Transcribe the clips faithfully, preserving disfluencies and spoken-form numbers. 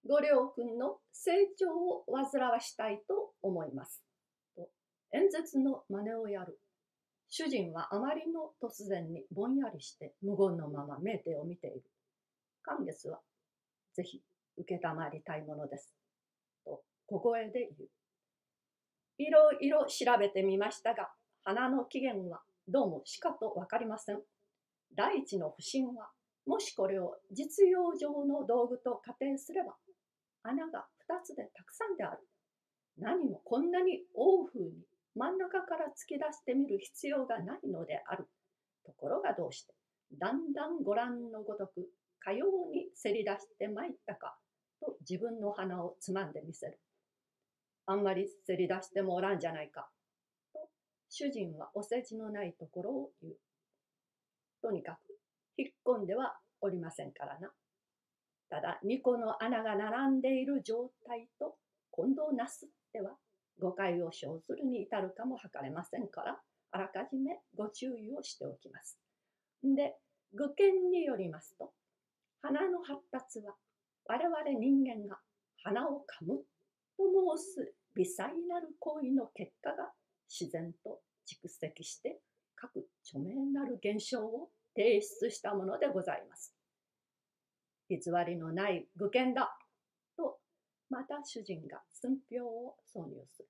ご両君の成長を煩わしたいと思います。と演説の真似をやる。主人はあまりの突然にぼんやりして無言のままメーテを見ている。寛月は、ぜひ受けたまりたいものです。と小声で言う。いろいろ調べてみましたが、花の起源はどうもしかとわかりません。第一の不審は、もしこれを実用上の道具と仮定すれば、穴が二つでたくさんである。何もこんなに大風に真ん中から突き出してみる必要がないのである。ところがどうして、だんだんご覧のごとく、かようにせり出してまいったか、と自分の鼻をつまんでみせる。あんまりせり出してもおらんじゃないか、と主人はお世辞のないところを言う。とにかく、引っ込んではおりませんからな。ただにこの穴が並んでいる状態と混同なすっては誤解を生ずるに至るかも計れませんから、あらかじめご注意をしておきます。で、愚見によりますと、鼻の発達は我々人間が鼻を噛むと申す微細なる行為の結果が自然と蓄積して各著名なる現象を提出したものでございます。偽りのない愚見だとまた主人が寸評を挿入する。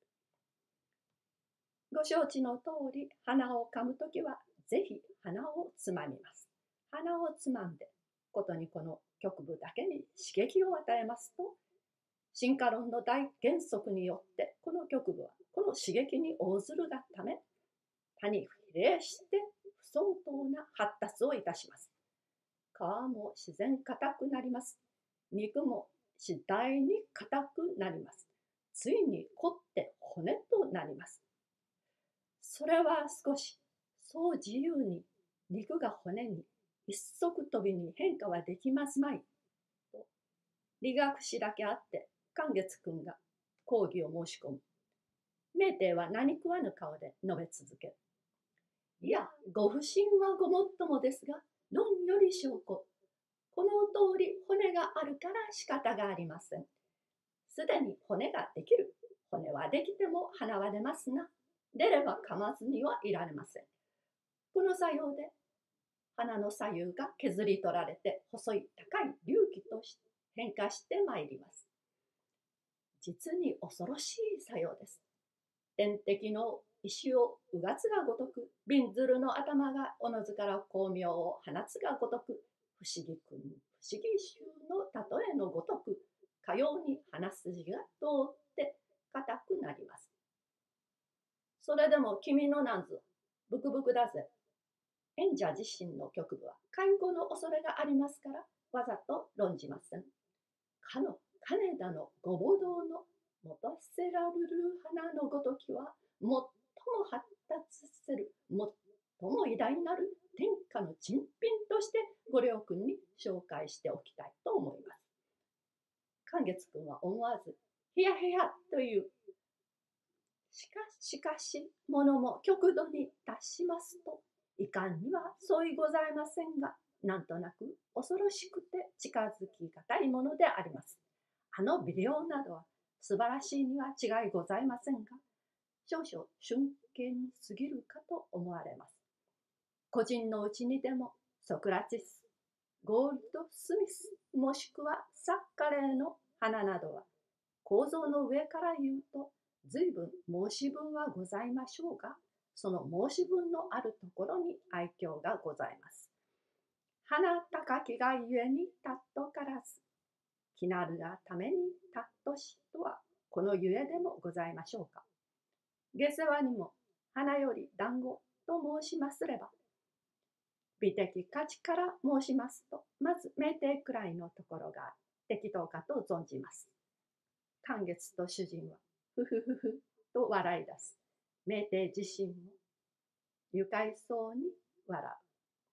ご承知の通り、鼻を噛むときはぜひ鼻をつまみます。鼻をつまんでことにこの局部だけに刺激を与えますと、進化論の大原則によってこの局部はこの刺激に応ずるがため、他に比例して不相当な発達をいたします。皮も自然硬くなります。肉も次第に硬くなります。ついに凝って骨となります。それは少しそう自由に肉が骨に一足飛びに変化はできますまい。と理学士だけあって寛月君が講義を申し込む。メーテは何食わぬ顔で述べ続ける。いや、ご不審はごもっともですが、論より証拠。この通り骨があるから仕方がありません。すでに骨ができる。骨はできても鼻は出ますな。出れば噛まずにはいられません。この作用で鼻の左右が削り取られて細い高い隆起として変化してまいります。実に恐ろしい作用です。天敵の石をうがつがごとく、瓶鶴の頭がおのずから光明を放つがごとく、不思議くん、不思議衆の例えのごとく、かように鼻筋が通って硬くなります。それでも君のなんぞ、ブクブクだぜ。演者自身の局部は介護の恐れがありますから、わざと論じません。かの金田のごぼ堂の持たせられる花のごときは、最も発達せる、最も偉大なる天下の珍品としてご両君に紹介しておきたいと思います。寛月君は思わず、ひやひやという。しかし、しかし、ものも極度に達しますと、いかんには相違ございませんが、なんとなく恐ろしくて近づきがたいものであります。あの微量などは素晴らしいには違いございませんが、少々瞬間すぎるかと思われます。個人のうちにでもソクラティス、ゴールドスミス、もしくはサッカレーの花などは構造の上から言うと随分申し分はございましょうが、その申し分のあるところに愛嬌がございます。花高きがゆえにたっとからず、きなるがためにたっとしとはこのゆえでもございましょうか。下世話にも花より団子と申しますれば、美的価値から申しますと、まず名帝くらいのところが適当かと存じます。寛月と主人はふふふふと笑い出す。名帝自身も愉快そうに笑う。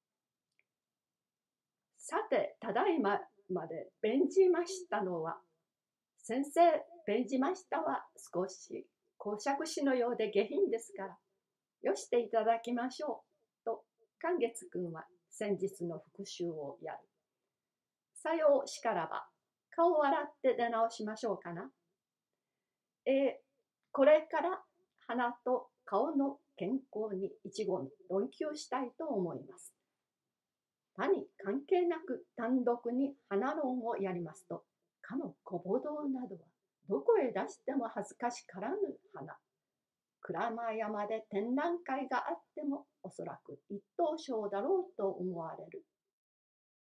さて、ただいままで弁じましたのは、先生、弁じましたは少し講釈師のようで下品ですから、よしていただきましょう。と、寛月君は先日の復習をやる。さようしからば、 顔を洗って出直しましょうかな。えーこれから鼻と顔の健康に一言論求したいと思います。他に関係なく単独に鼻論をやりますと、かの小歩道などはどこへ出しても恥ずかしからぬ花。鞍馬山で展覧会があってもおそらく一等賞だろうと思われる